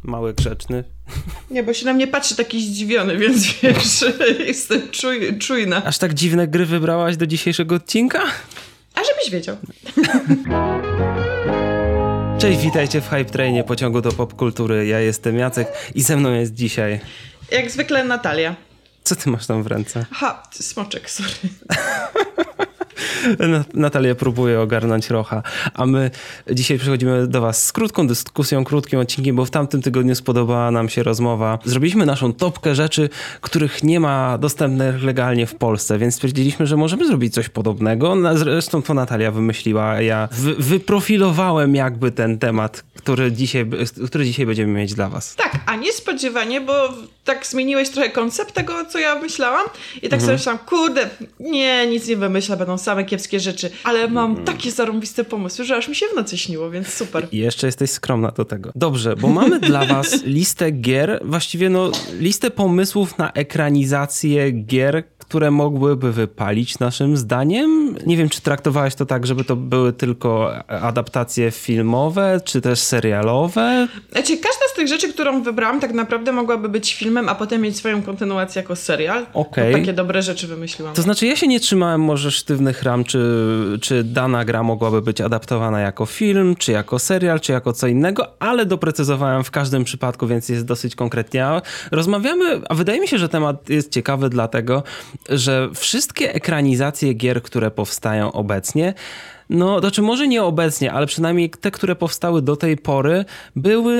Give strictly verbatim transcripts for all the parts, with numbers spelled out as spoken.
mały grzeczny. Nie, bo się na mnie patrzy taki zdziwiony, więc wiesz, jestem czuj, czujna. Aż tak dziwne gry wybrałaś do dzisiejszego odcinka? A żebyś wiedział. Cześć, witajcie w Hype Trainie, pociągu do popkultury. Ja jestem Jacek i ze mną jest dzisiaj... Jak zwykle Natalia. Co ty masz tam w ręce? Aha, smoczek, sorry. Natalia próbuje ogarnąć Rocha, a my dzisiaj przychodzimy do was z krótką dyskusją, krótkim odcinkiem, bo w tamtym tygodniu spodobała nam się rozmowa. Zrobiliśmy naszą topkę rzeczy, których nie ma dostępnych legalnie w Polsce, więc stwierdziliśmy, że możemy zrobić coś podobnego. Zresztą to Natalia wymyśliła, a ja wy- wyprofilowałem jakby ten temat, który dzisiaj, który dzisiaj będziemy mieć dla was. Tak, a niespodziewanie, bo tak zmieniłeś trochę koncept tego, co ja myślałam i tak mhm. sobie myślałam, kurde, nie, nic nie wymyślę, będą same kiepskie rzeczy, ale mam mm. takie zarąbiste pomysły, że aż mi się w nocy śniło, więc super. I jeszcze jesteś skromna do tego. Dobrze, bo mamy dla was listę gier, właściwie no listę pomysłów na ekranizację gier, które mogłyby wypalić naszym zdaniem. Nie wiem, czy traktowałaś to tak, żeby to były tylko adaptacje filmowe, czy też serialowe? Znaczy, każda z tych rzeczy, którą wybrałam, tak naprawdę mogłaby być filmem, a potem mieć swoją kontynuację jako serial. Okej. Okay. Takie dobre rzeczy wymyśliłam. To znaczy, ja się nie trzymałem może sztywnych ram, czy, czy dana gra mogłaby być adaptowana jako film, czy jako serial, czy jako co innego, ale doprecyzowałem w każdym przypadku, więc jest dosyć konkretnie. Rozmawiamy, a wydaje mi się, że temat jest ciekawy dlatego, że wszystkie ekranizacje gier, które powstają obecnie, no, to znaczy może nie obecnie, ale przynajmniej te, które powstały do tej pory, były,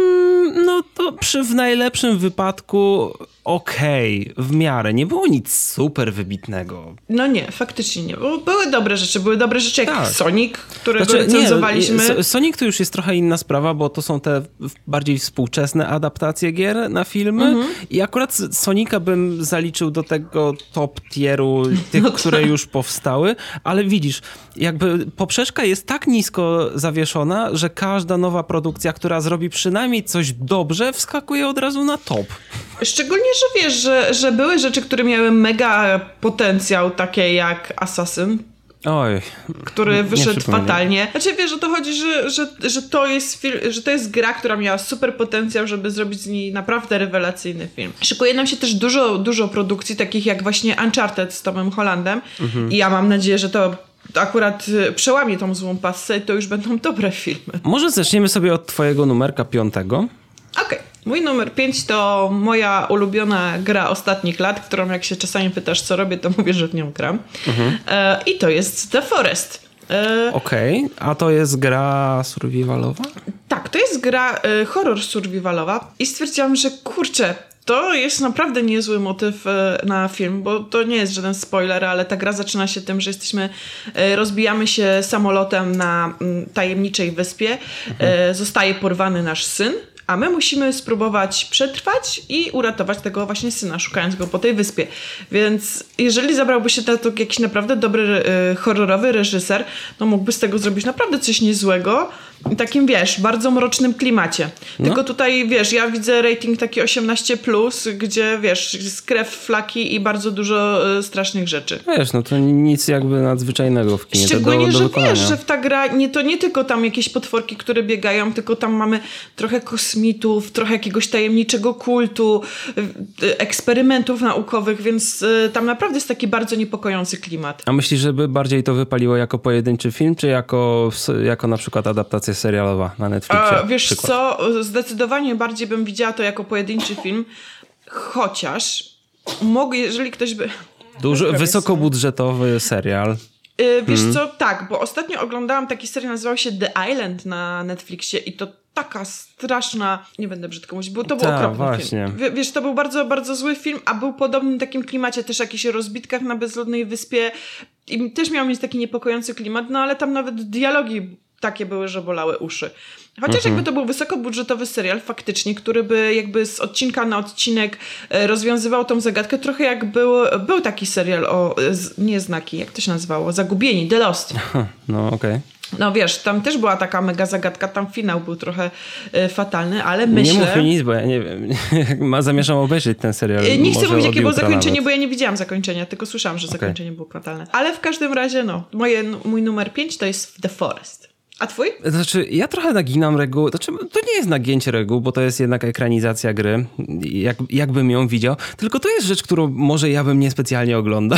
mm, no to przy w najlepszym wypadku okej, okay, w miarę. Nie było nic super wybitnego. No nie, faktycznie nie. Były dobre rzeczy. Były dobre rzeczy jak tak. Sonic, którego znaczy, recenzowaliśmy. Nie, Sonic to już jest trochę inna sprawa, bo to są te bardziej współczesne adaptacje gier na filmy mhm. i akurat Sonika bym zaliczył do tego top tieru tych, no które już powstały, ale widzisz, jakby poprzeczka jest tak nisko zawieszona, że każda nowa produkcja, która zrobi przynajmniej coś dobrze, wskakuje od razu na top. Szczególnie, że wiesz, że, że były rzeczy, które miały mega potencjał, takie jak Assassin. Oj, który wyszedł fatalnie. Znaczy wiesz, o to chodzi, że, że, że, to jest film, że to jest gra, która miała super potencjał, żeby zrobić z niej naprawdę rewelacyjny film. Szykuje nam się też dużo, dużo produkcji, takich jak właśnie Uncharted z Tomem Hollandem mhm. i ja mam nadzieję, że to akurat przełamie tą złą passę i to już będą dobre filmy. Może zaczniemy sobie od twojego numerka piątego. Okej. Okay. Mój numer pięć to moja ulubiona gra ostatnich lat, którą jak się czasami pytasz, co robię, to mówię, że w nią gram. Mhm. E, I to jest The Forest. E, Okej, okay. A to jest gra survivalowa? Tak, to jest gra e, horror survivalowa i stwierdziłam, że kurczę, to jest naprawdę niezły motyw e, na film, bo to nie jest żaden spoiler, ale ta gra zaczyna się tym, że jesteśmy, e, rozbijamy się samolotem na m, tajemniczej wyspie, mhm. e, zostaje porwany nasz syn, a my musimy spróbować przetrwać i uratować tego właśnie syna, szukając go po tej wyspie. Więc jeżeli zabrałby się na to jakiś naprawdę dobry, y, horrorowy reżyser, to mógłby z tego zrobić naprawdę coś niezłego i takim, wiesz, bardzo mrocznym klimacie. No. Tylko tutaj, wiesz, ja widzę rating taki osiemnaście plus, gdzie, wiesz, jest krew, flaki i bardzo dużo y, strasznych rzeczy. Wiesz, no to nic jakby nadzwyczajnego w kinie. Szczególnie, do, do że wykonania. wiesz, że w ta gra, nie, to nie tylko tam jakieś potworki, które biegają, tylko tam mamy trochę kosmitów, trochę jakiegoś tajemniczego kultu, eksperymentów naukowych, więc y, tam naprawdę jest taki bardzo niepokojący klimat. A myślisz, żeby bardziej to wypaliło jako pojedynczy film, czy jako, jako na przykład adaptacja serialowa na Netflixie? A, wiesz przykład. co, zdecydowanie bardziej bym widziała to jako pojedynczy film, chociaż mogę, jeżeli ktoś by... Duży, wysokobudżetowy serial. Yy, wiesz hmm. co, tak, bo ostatnio oglądałam taki serial, nazywał się The Island na Netflixie i to taka straszna, nie będę brzydko mówić, bo to był Ta, okropny właśnie. film. W, wiesz, to był bardzo, bardzo zły film, a był podobny w takim klimacie, też jakichś rozbitkach na bezludnej wyspie i też miał mieć taki niepokojący klimat, no ale tam nawet dialogi takie były, że bolały uszy. Chociaż mhm. jakby to był wysokobudżetowy serial faktycznie, który by jakby z odcinka na odcinek rozwiązywał tą zagadkę, trochę jak był, był taki serial o, nie znaki, jak to się nazywało? Zagubieni, The Lost. No okej. Okay. No wiesz, tam też była taka mega zagadka, tam finał był trochę y, fatalny, ale myślę... Nie mów mi nic, bo ja nie wiem, ma, zamierzam obejrzeć ten serial. Y, nie chcę mówić, jakie było zakończenie, nawet. Bo ja nie widziałam zakończenia, tylko słyszałam, że okay. zakończenie było fatalne. Ale w każdym razie, no, moje, mój numer pięć to jest The Forest. A twój? Znaczy, ja trochę naginam reguły. Znaczy, to nie jest nagięcie reguł, bo to jest jednak ekranizacja gry, jak, jakbym ją widział. Tylko to jest rzecz, którą może ja bym niespecjalnie oglądał.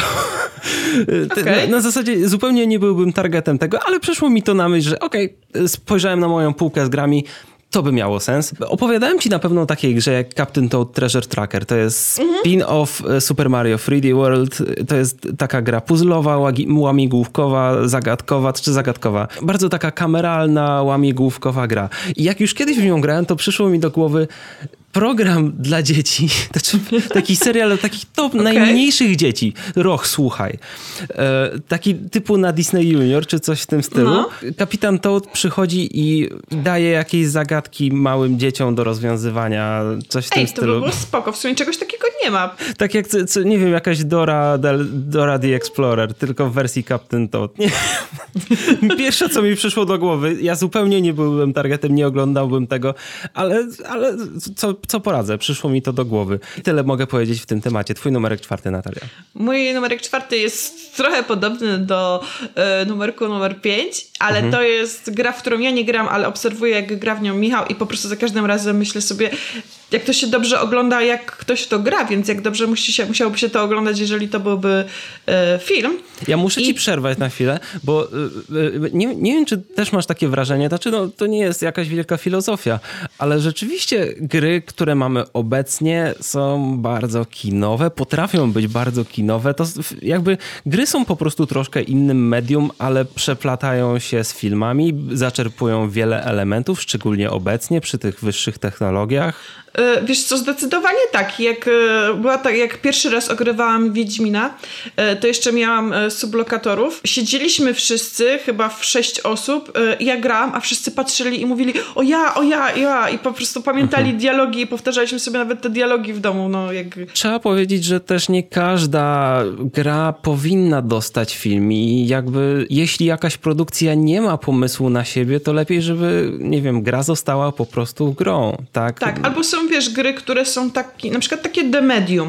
Okay. Na, na zasadzie zupełnie nie byłbym targetem tego, ale przyszło mi to na myśl, że okej, okay, spojrzałem na moją półkę z grami, to by miało sens. Opowiadałem ci na pewno o takiej grze jak Captain Toad Treasure Tracker. To jest mhm. spin-off Super Mario trzy D World. To jest taka gra puzzlowa, łamigłówkowa, zagadkowa, czy zagadkowa. Bardzo taka kameralna, łamigłówkowa gra. I jak już kiedyś w nią grałem, to przyszło mi do głowy program dla dzieci, znaczy taki serial takich top okay. najmniejszych dzieci. Roch, słuchaj. E, taki typu na Disney Junior, czy coś w tym stylu. No. Kapitan Toad przychodzi i daje jakieś zagadki małym dzieciom do rozwiązywania, coś w Ej, tym stylu. Ej, to by było spoko. W sumie czegoś takiego nie ma. Tak jak, co, nie wiem, jakaś Dora, Dora the Explorer, tylko w wersji Captain Toad. Nie. Pierwsze, co mi przyszło do głowy, ja zupełnie nie byłem targetem, nie oglądałbym tego, ale, ale co Co poradzę? Przyszło mi to do głowy. I tyle mogę powiedzieć w tym temacie. Twój numerek czwarty, Natalia. Mój numerek czwarty jest trochę podobny do y, numerku numer pięć, ale mhm. to jest gra, w którą ja nie gram, ale obserwuję, jak gra w nią Michał i po prostu za każdym razem myślę sobie, jak to się dobrze ogląda, jak ktoś to gra, więc jak dobrze musi się, musiałoby się to oglądać, jeżeli to byłby y, film. Ja muszę I... ci przerwać na chwilę, bo y, y, nie, nie wiem, czy też masz takie wrażenie, znaczy no, to nie jest jakaś wielka filozofia, ale rzeczywiście gry, które mamy obecnie, są bardzo kinowe, potrafią być bardzo kinowe. To jakby gry są po prostu troszkę innym medium, ale przeplatają się z filmami, zaczerpują wiele elementów, szczególnie obecnie przy tych wyższych technologiach. Wiesz co, zdecydowanie tak. Jak, była tak, jak pierwszy raz ogrywałam Wiedźmina, to jeszcze miałam sublokatorów. Siedzieliśmy wszyscy, chyba w sześć osób, ja grałam, a wszyscy patrzyli i mówili o ja, o ja, ja i po prostu pamiętali mhm. dialogi i powtarzaliśmy sobie nawet te dialogi w domu. No, jak... Trzeba powiedzieć, że też nie każda gra powinna dostać film i jakby jeśli jakaś produkcja nie ma pomysłu na siebie, to lepiej, żeby, nie wiem, gra została po prostu grą, tak? Tak, albo są, wiesz, gry, które są takie, na przykład takie The Medium.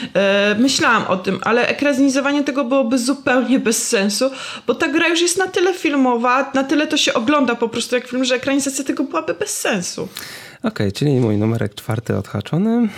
E, myślałam o tym, ale ekranizowanie tego byłoby zupełnie bez sensu, bo ta gra już jest na tyle filmowa, na tyle to się ogląda po prostu jak film, że ekranizacja tego byłaby bez sensu. Okej, okay, czyli mój numerek czwarty odhaczony.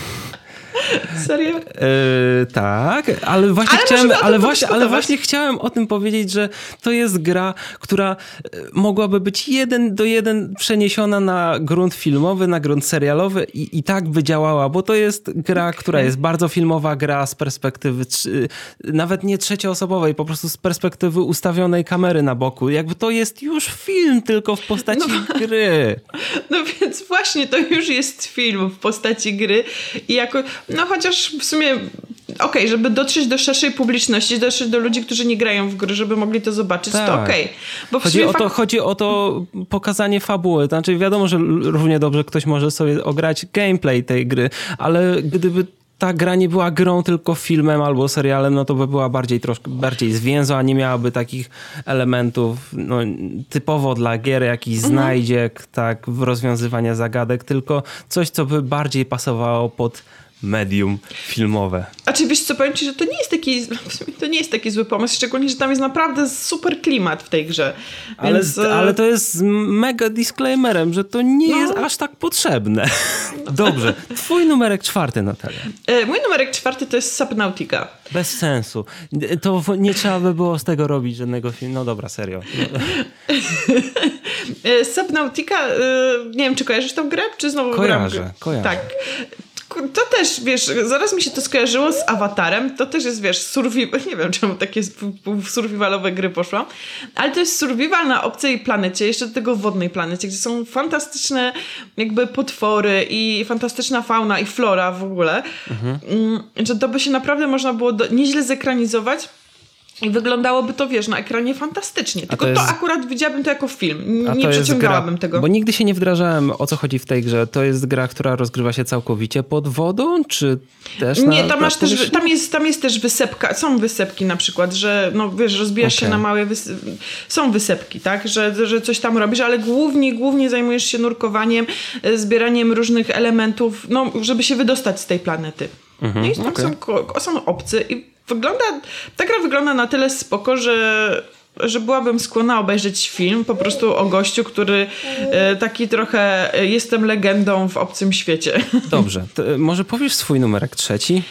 Serio? Yy, tak, ale właśnie ale chciałem, ale właśnie, ale właśnie chciałem o tym powiedzieć, że to jest gra, która mogłaby być jeden do jeden przeniesiona na grunt filmowy, na grunt serialowy i, i tak by działała, bo to jest gra, okay. która jest bardzo filmowa, gra z perspektywy nawet nie trzecioosobowej, po prostu z perspektywy ustawionej kamery na boku. Jakby to jest już film, tylko w postaci no, gry. No więc właśnie to już jest film w postaci gry i jako no chociaż w sumie okej, okay, żeby dotrzeć do szerszej publiczności, dotrzeć do ludzi, którzy nie grają w gry, żeby mogli to zobaczyć, tak. to okej. Okay. Chodzi, o to, fakt... chodzi o to pokazanie fabuły. Znaczy wiadomo, że równie dobrze ktoś może sobie ograć gameplay tej gry, ale gdyby ta gra nie była grą, tylko filmem albo serialem, no to by była bardziej troszkę bardziej zwięzła, nie miałaby takich elementów no, typowo dla gier, jakiś mhm. znajdziek, tak, w rozwiązywania zagadek, tylko coś, co by bardziej pasowało pod medium filmowe. A czy wiesz co, powiem ci, że to nie jest taki to nie jest taki zły pomysł, szczególnie, że tam jest naprawdę super klimat w tej grze. Więc... Ale, ale to jest z mega disclaimerem, że to nie no. jest aż tak potrzebne. Dobrze. Twój numerek czwarty, Natalia. E, mój numerek czwarty to jest Subnautica. Bez sensu. To nie trzeba by było z tego robić żadnego filmu. No dobra, serio. Subnautica, nie wiem, czy kojarzysz tą grę, czy znowu Kojarzę, gram? kojarzę. Tak. To też, wiesz, zaraz mi się to skojarzyło z Awatarem. To też jest, wiesz, survival. Nie wiem, czemu takie survivalowe gry poszłam. Ale to jest survival na obcej planecie, jeszcze do tego wodnej planecie, gdzie są fantastyczne jakby potwory i fantastyczna fauna i flora w ogóle. Mhm. Że to by się naprawdę można było do, nieźle zekranizować. I wyglądałoby to, wiesz, na ekranie fantastycznie. Tylko to, jest... to akurat widziałabym to jako film. Nie przeciągałabym gra... tego. Bo nigdy się nie wdrażałem, o co chodzi w tej grze. To jest gra, która rozgrywa się całkowicie pod wodą, czy też na... Nie, tam masz też, tam jest, tam jest też wysepka. Są wysepki na przykład, że no wiesz, rozbijasz okay. się na małe... Wys... Są wysepki, tak? Że, że coś tam robisz, ale głównie, głównie zajmujesz się nurkowaniem, zbieraniem różnych elementów, no, żeby się wydostać z tej planety. Mhm, no i tam okay. są, są obcy i wygląda, ta gra wygląda na tyle spoko, że że byłabym skłonna obejrzeć film po prostu o gościu, który e, taki trochę e, jestem legendą w obcym świecie. Dobrze, to może powiesz swój numerek trzeci?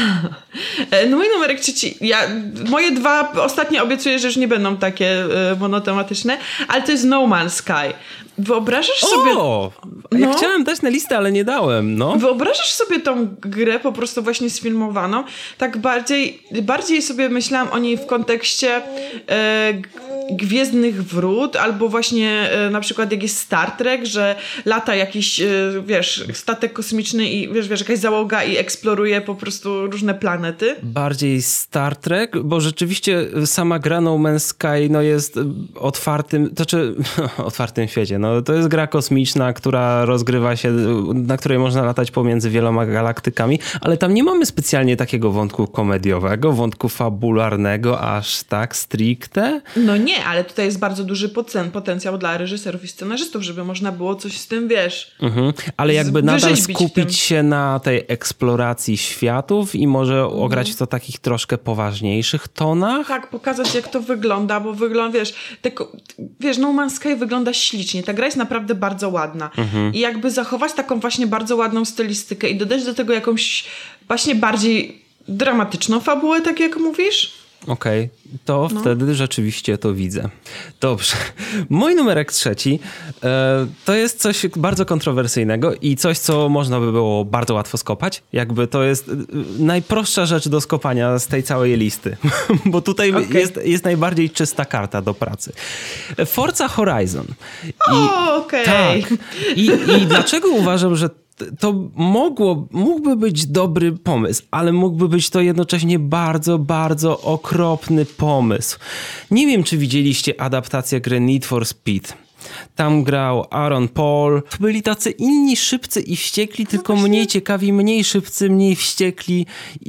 No mój numerek trzeci, ja, moje dwa ostatnie obiecuję, że już nie będą takie e, monotematyczne, ale to jest No Man's Sky. Wyobrażasz sobie... O! Ja no, chciałem dać na listę, ale nie dałem, no. Wyobrażasz sobie tą grę po prostu właśnie sfilmowaną? Tak bardziej, bardziej sobie myślałam o niej w kontekście e, Gwiezdnych Wrót, albo właśnie e, na przykład jak jest Star Trek, że lata jakiś, e, wiesz, statek kosmiczny i wiesz, wiesz, jakaś załoga i eksploruje po prostu różne planety. Bardziej Star Trek, bo rzeczywiście sama gra No Man's Sky no jest otwartym, to znaczy otwartym świecie, no to jest gra kosmiczna, która rozgrywa się, na której można latać pomiędzy wieloma galaktykami, ale tam nie mamy specjalnie takiego wątku komediowego, wątku fabularnego, aż tak stricte. No nie, ale tutaj jest bardzo duży potencjał dla reżyserów i scenarzystów, żeby można było coś z tym, wiesz, mhm. Ale jakby nadal skupić się na tej eksploracji światów i może mhm. ograć to takich troszkę poważniejszych tonach. Tak, pokazać jak to wygląda, bo wygląda, wiesz, tylko, wiesz, No Man's Sky wygląda ślicznie. Ta gra jest naprawdę bardzo ładna. Mhm. I jakby zachować taką właśnie bardzo ładną stylistykę i dodać do tego jakąś właśnie bardziej dramatyczną fabułę, tak jak mówisz? Okej, okay. to no. wtedy rzeczywiście to widzę. Dobrze. Mój numerek trzeci e, to jest coś bardzo kontrowersyjnego i coś, co można by było bardzo łatwo skopać. Jakby to jest najprostsza rzecz do skopania z tej całej listy. Bo tutaj okay. jest, jest najbardziej czysta karta do pracy. Forza Horizon. I, o, okej. Okay. Tak. I, I dlaczego uważam, że to mogło, mógłby być dobry pomysł, ale mógłby być to jednocześnie bardzo, bardzo okropny pomysł. Nie wiem, czy widzieliście adaptację gry Need for Speed. Tam grał Aaron Paul. To byli tacy inni szybcy i wściekli, no tylko właśnie. Mniej ciekawi, mniej szybcy, mniej wściekli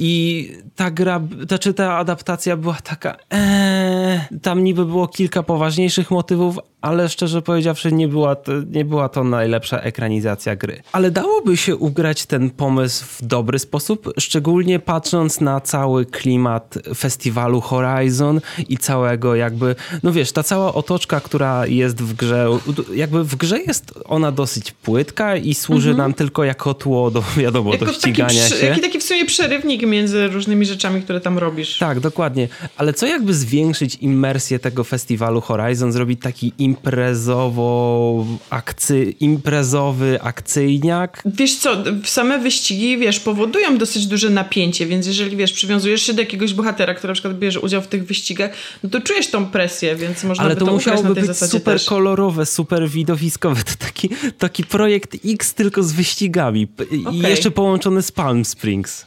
i ta gra, znaczy ta adaptacja była taka ee, tam niby było kilka poważniejszych motywów, ale szczerze powiedziawszy nie była, to, nie była to najlepsza ekranizacja gry. Ale dałoby się ugrać ten pomysł w dobry sposób, szczególnie patrząc na cały klimat festiwalu Horizon i całego jakby, no wiesz, ta cała otoczka, która jest w grze, jakby w grze jest ona dosyć płytka i służy mhm. nam tylko jako tło do, wiadomo, jako do ścigania taki, się. Jaki taki w sumie przerywnik między różnymi rzeczami, które tam robisz. Tak, dokładnie. Ale co jakby zwiększyć imersję tego festiwalu Horizon, zrobić taki imprezowo akcy, imprezowy akcyjniak? Wiesz co, same wyścigi, wiesz, powodują dosyć duże napięcie, więc jeżeli, wiesz, przywiązujesz się do jakiegoś bohatera, który na przykład bierze udział w tych wyścigach, no to czujesz tą presję, więc można Ale by to, to musiałoby na tej być zasadzie super też. kolorowe, super widowiskowe. To taki, taki projekt X tylko z wyścigami i okay. jeszcze połączony z Palm Springs.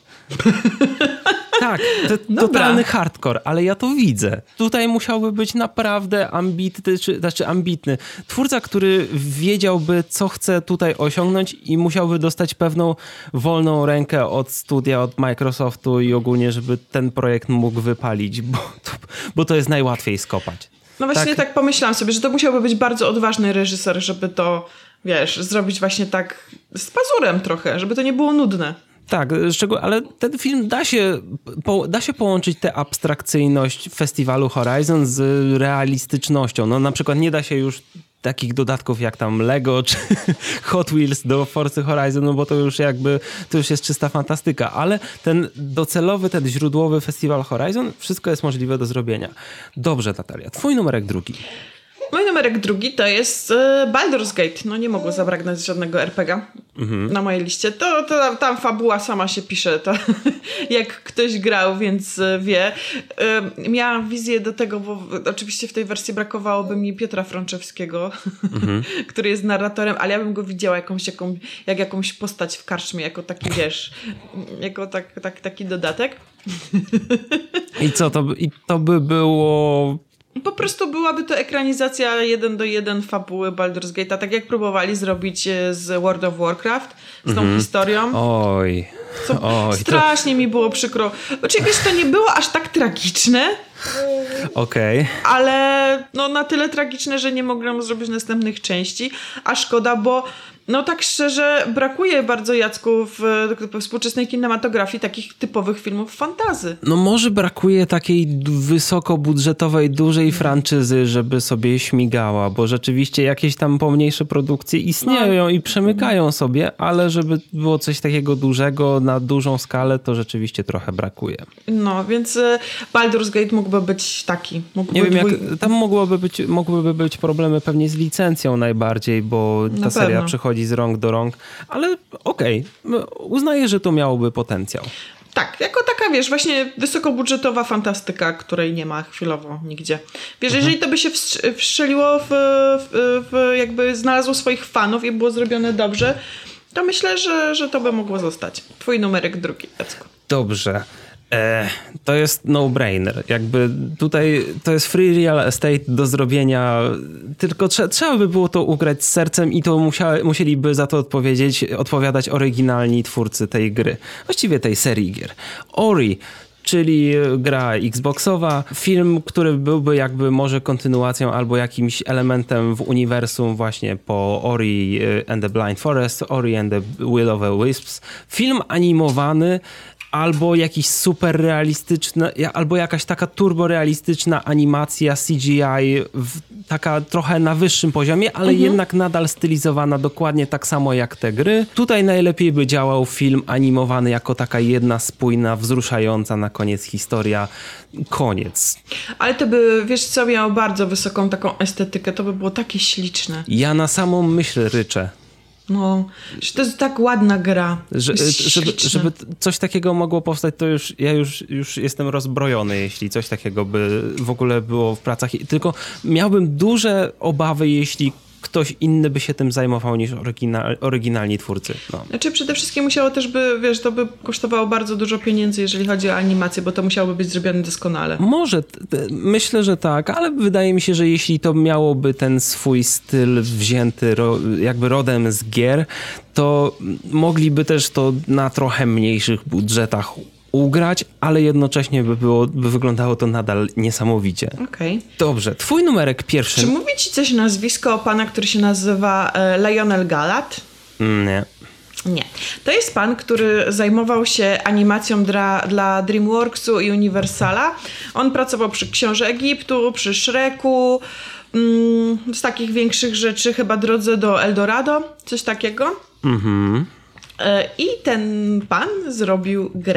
Tak, to totalny hardcore, ale ja to widzę. Tutaj musiałby być naprawdę ambitny, czy, znaczy ambitny twórca, który wiedziałby, co chce tutaj osiągnąć i musiałby dostać pewną wolną rękę od studia, od Microsoftu i ogólnie, żeby ten projekt mógł wypalić, bo to, bo to jest najłatwiej skopać. No właśnie tak. tak pomyślałam sobie, że to musiałby być bardzo odważny reżyser, żeby to, wiesz, zrobić właśnie tak z pazurem trochę, żeby to nie było nudne. Tak, ale ten film da się, po, da się połączyć tę abstrakcyjność festiwalu Horizon z realistycznością. No na przykład nie da się już takich dodatków jak tam Lego czy Hot Wheels do Forcy Horizon, no bo to już jakby, to już jest czysta fantastyka, ale ten docelowy, ten źródłowy festiwal Horizon, wszystko jest możliwe do zrobienia. Dobrze, Natalia, twój numerek drugi. Mój numerek drugi to jest y, Baldur's Gate. No nie mogło zabraknąć żadnego er pe gie mhm. na mojej liście. To, to tam fabuła sama się pisze. To, jak ktoś grał, więc wie. Y, miałam wizję do tego, bo oczywiście w tej wersji brakowałoby mi Piotra Frączewskiego, mhm. który jest narratorem, ale ja bym go widziała jakąś, jaką, jak jakąś postać w karczmie, jako taki, wiesz, jako tak, tak, taki dodatek. I co, to, i to by było... Po prostu byłaby to ekranizacja jeden do jeden fabuły Baldur's Gate'a, tak jak próbowali zrobić z World of Warcraft, z tą mm-hmm. historią. Oj. Co Oj strasznie to... mi było przykro. Oczywiście to nie było aż tak tragiczne. Okej. Okay. Ale no na tyle tragiczne, że nie mogłam zrobić następnych części. A szkoda, bo No tak szczerze, brakuje bardzo, Jacku, w, w współczesnej kinematografii takich typowych filmów fantasy. No może brakuje takiej wysokobudżetowej, dużej franczyzy, żeby sobie śmigała, bo rzeczywiście jakieś tam pomniejsze produkcje istnieją no. i przemykają sobie, ale żeby było coś takiego dużego na dużą skalę, to rzeczywiście trochę brakuje. No, więc Baldur's Gate mógłby być taki. Mógłby Nie wiem, dwój... jak, tam mogłoby być, mogłyby być problemy pewnie z licencją najbardziej, bo ta na seria pewno. przechodzi z rąk do rąk, ale okej, okay. uznaję, że to miałoby potencjał. Tak, jako taka, wiesz, właśnie wysokobudżetowa fantastyka, której nie ma chwilowo nigdzie. Wiesz, mhm. jeżeli to by się wstrzeliło w, w, w jakby znalazło swoich fanów i było zrobione dobrze, to myślę, że, że to by mogło zostać. Twój numerek drugi, Jacku. Dobrze. E, to jest no-brainer. Jakby tutaj to jest free real estate do zrobienia, tylko trze- trzeba by było to ugrać z sercem i to musiały, musieliby za to odpowiedzieć, odpowiadać oryginalni twórcy tej gry. Właściwie tej serii gier. Ori, czyli gra Xboxowa, film, który byłby jakby może kontynuacją albo jakimś elementem w uniwersum właśnie po Ori and the Blind Forest, Ori and the Will of the Wisps. Film animowany, albo jakiś super realistyczny, albo jakaś taka turborealistyczna animacja C G I, w, taka trochę na wyższym poziomie, ale mhm. jednak nadal stylizowana dokładnie tak samo jak te gry. Tutaj najlepiej by działał film animowany jako taka jedna spójna, wzruszająca na koniec historia. Koniec. Ale to by, wiesz co, miało bardzo wysoką taką estetykę, to by było takie śliczne. Ja na samą myśl ryczę. No, że to jest tak ładna gra. Że, żeby, żeby coś takiego mogło powstać, to już ja już, już jestem rozbrojony, jeśli coś takiego by w ogóle było w pracach. Tylko miałbym duże obawy, jeśli ktoś inny by się tym zajmował niż oryginal, oryginalni twórcy. No. Znaczy przede wszystkim musiało też by, wiesz, to by kosztowało bardzo dużo pieniędzy, jeżeli chodzi o animację, bo to musiałoby być zrobione doskonale. Może, t- t- myślę, że tak, ale wydaje mi się, że jeśli to miałoby ten swój styl wzięty ro, jakby rodem z gier, to mogliby też to na trochę mniejszych budżetach ugrać, ale jednocześnie by, było, by wyglądało to nadal niesamowicie. Okej. Okay. Dobrze, twój numerek pierwszy. Czy mówi ci coś nazwisko pana, który się nazywa e, Lionel Gallat? Nie. Nie. To jest pan, który zajmował się animacją dla, dla DreamWorksu i Universala. On pracował przy Książę Egiptu, przy Shreku, mm, z takich większych rzeczy, chyba Drodze do Eldorado, coś takiego. Mhm. E, I ten pan zrobił grę.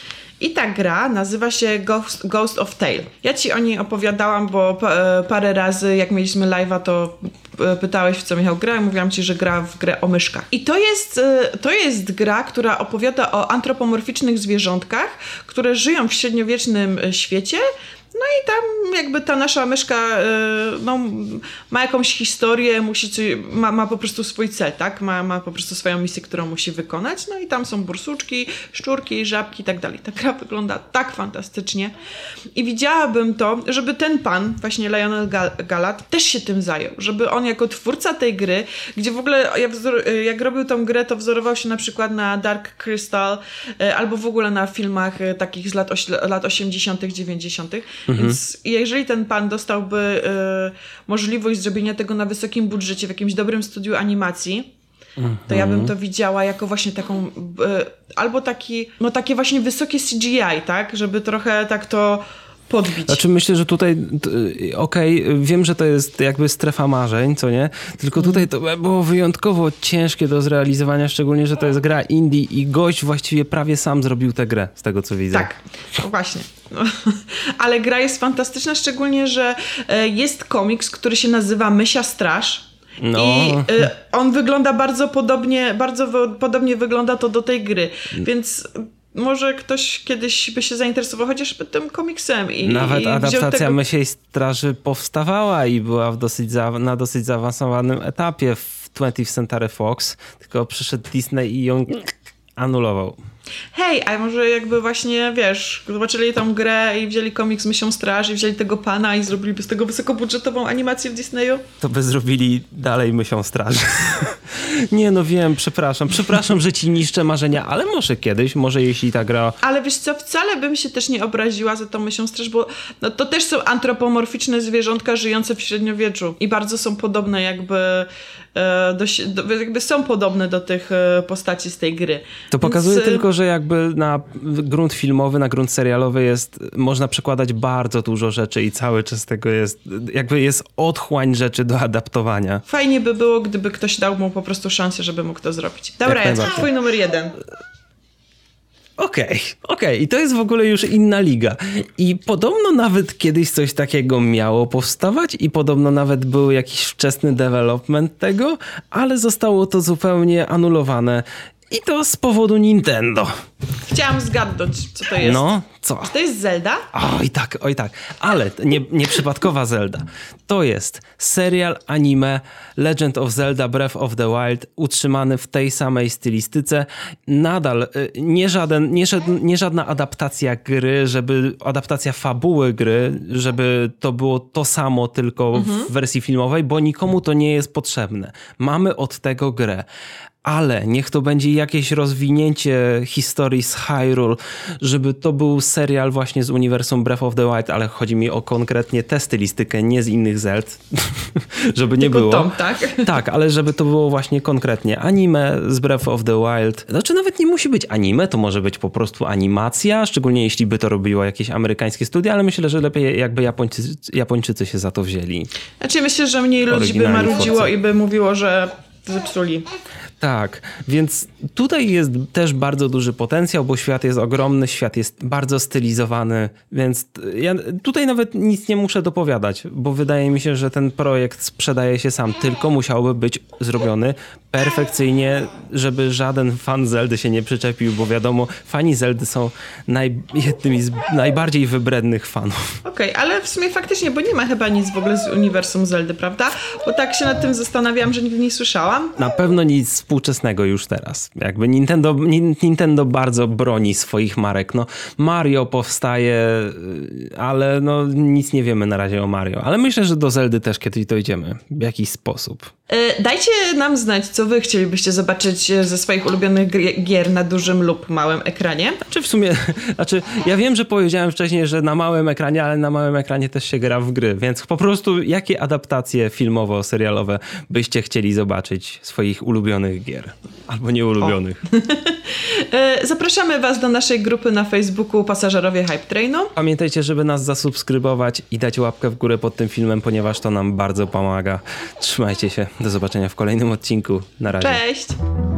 I ta gra nazywa się Ghost, Ghost of Tale. Ja ci o niej opowiadałam, bo p- parę razy jak mieliśmy live'a, to pytałeś, w co Michał gra, i mówiłam ci, że gra w grę o myszkach. I to jest, to jest gra, która opowiada o antropomorficznych zwierzątkach, które żyją w średniowiecznym świecie. No i tam jakby ta nasza myszka no, ma jakąś historię, musi coś, ma, ma po prostu swój cel, tak? Ma, ma po prostu swoją misję, którą musi wykonać. No i tam są bursuczki, szczurki, żabki i tak dalej. Ta gra wygląda tak fantastycznie. I widziałabym to, żeby ten pan, właśnie Lionel Gallat, też się tym zajął. Żeby on jako twórca tej gry, gdzie w ogóle jak, wzor- jak robił tą grę, to wzorował się na przykład na Dark Crystal albo w ogóle na filmach takich z lat, oś- lat osiemdziesiątych, dziewięćdziesiątych. Mhm. Więc jeżeli ten pan dostałby y, możliwość zrobienia tego na wysokim budżecie w jakimś dobrym studiu animacji, mhm. to ja bym to widziała jako właśnie taką y, albo taki, no takie właśnie wysokie C G I, tak? Żeby trochę tak to podbić. Znaczy myślę, że tutaj okej, okay, wiem, że to jest jakby strefa marzeń, co nie? Tylko tutaj to było wyjątkowo ciężkie do zrealizowania, szczególnie, że to jest gra indie i gość właściwie prawie sam zrobił tę grę, z tego co widzę. Tak, no właśnie. No. Ale gra jest fantastyczna, szczególnie, że jest komiks, który się nazywa Mysia Straż. No. I y, on wygląda bardzo podobnie, bardzo wy, podobnie wygląda to do tej gry, więc może ktoś kiedyś by się zainteresował chociażby tym komiksem. I, Nawet i adaptacja tego... Mysiej Straży powstawała i była w dosyć za, na dosyć zaawansowanym etapie w twentieth Century Fox, tylko przyszedł Disney i ją anulował. Hej, a może jakby właśnie, wiesz, zobaczyli tą grę i wzięli komiks Mysią Straż i wzięli tego pana i zrobiliby z tego wysokobudżetową animację w Disneyu? To by zrobili dalej Mysią Straż. Nie, no wiem, przepraszam. Przepraszam, że ci niszczę marzenia, ale może kiedyś, może jeśli ta gra... Ale wiesz co, wcale bym się też nie obraziła za tą Mysią Straż, bo no, to też są antropomorficzne zwierzątka żyjące w średniowieczu i bardzo są podobne jakby... Do, do, jakby są podobne do tych postaci z tej gry. To pokazuje Więc... tylko, że jakby na grunt filmowy, na grunt serialowy jest, można przekładać bardzo dużo rzeczy i cały czas tego jest, jakby jest otchłań rzeczy do adaptowania. Fajnie by było, gdyby ktoś dał mu po prostu szansę, żeby mógł to zrobić. Dobra, ja twój numer jeden. Okej, okay, okej. Okay. I to jest w ogóle już inna liga. I podobno nawet kiedyś coś takiego miało powstawać i podobno nawet był jakiś wczesny development tego, ale zostało to zupełnie anulowane. I to z powodu Nintendo. Chciałam zgadnąć, co to jest. No, co? Czy to jest Zelda? Oj tak, oj tak. Ale nie, nie przypadkowa Zelda. To jest serial anime Legend of Zelda Breath of the Wild, utrzymany w tej samej stylistyce. Nadal nie, żaden, nie, nie żadna adaptacja gry, żeby adaptacja fabuły gry, żeby to było to samo, tylko mhm. w wersji filmowej, bo nikomu to nie jest potrzebne. Mamy od tego grę. Ale niech to będzie jakieś rozwinięcie historii z Hyrule, żeby to był serial właśnie z uniwersum Breath of the Wild, ale chodzi mi o konkretnie tę stylistykę, nie z innych Zeld, żeby nie Tylko było. Tom, tak? Tak, ale żeby to było właśnie konkretnie anime z Breath of the Wild. Znaczy nawet nie musi być anime, to może być po prostu animacja, szczególnie jeśli by to robiło jakieś amerykańskie studia, ale myślę, że lepiej jakby Japończycy, Japończycy się za to wzięli. Znaczy myślę, że mniej ludzi by marudziło twórcy. I by mówiło, że zepsuli. Tak, więc tutaj jest też bardzo duży potencjał, bo świat jest ogromny, świat jest bardzo stylizowany, więc ja tutaj nawet nic nie muszę dopowiadać, bo wydaje mi się, że ten projekt sprzedaje się sam, tylko musiałby być zrobiony perfekcyjnie, żeby żaden fan Zeldy się nie przyczepił, bo wiadomo, fani Zeldy są naj, jednymi z najbardziej wybrednych fanów. Okej, okay, ale w sumie faktycznie, bo nie ma chyba nic w ogóle z uniwersum Zeldy, prawda? Bo tak się nad tym zastanawiałam, że nigdy nie słyszałam. Na pewno nic współczesnego już teraz. Jakby Nintendo, Nintendo bardzo broni swoich marek. No, Mario powstaje, ale no nic nie wiemy na razie o Mario. Ale myślę, że do Zeldy też kiedyś dojdziemy w jakiś sposób. Dajcie nam znać, co wy chcielibyście zobaczyć ze swoich ulubionych gier na dużym lub małym ekranie. Znaczy w sumie, znaczy ja wiem, że powiedziałem wcześniej, że na małym ekranie, ale na małym ekranie też się gra w gry, więc po prostu jakie adaptacje filmowo-serialowe byście chcieli zobaczyć swoich ulubionych gier? Albo nieulubionych. Zapraszamy was do naszej grupy na Facebooku Pasażerowie Hype Trainu. Pamiętajcie, żeby nas zasubskrybować i dać łapkę w górę pod tym filmem, ponieważ to nam bardzo pomaga. Trzymajcie się. Do zobaczenia w kolejnym odcinku. Na razie. Cześć!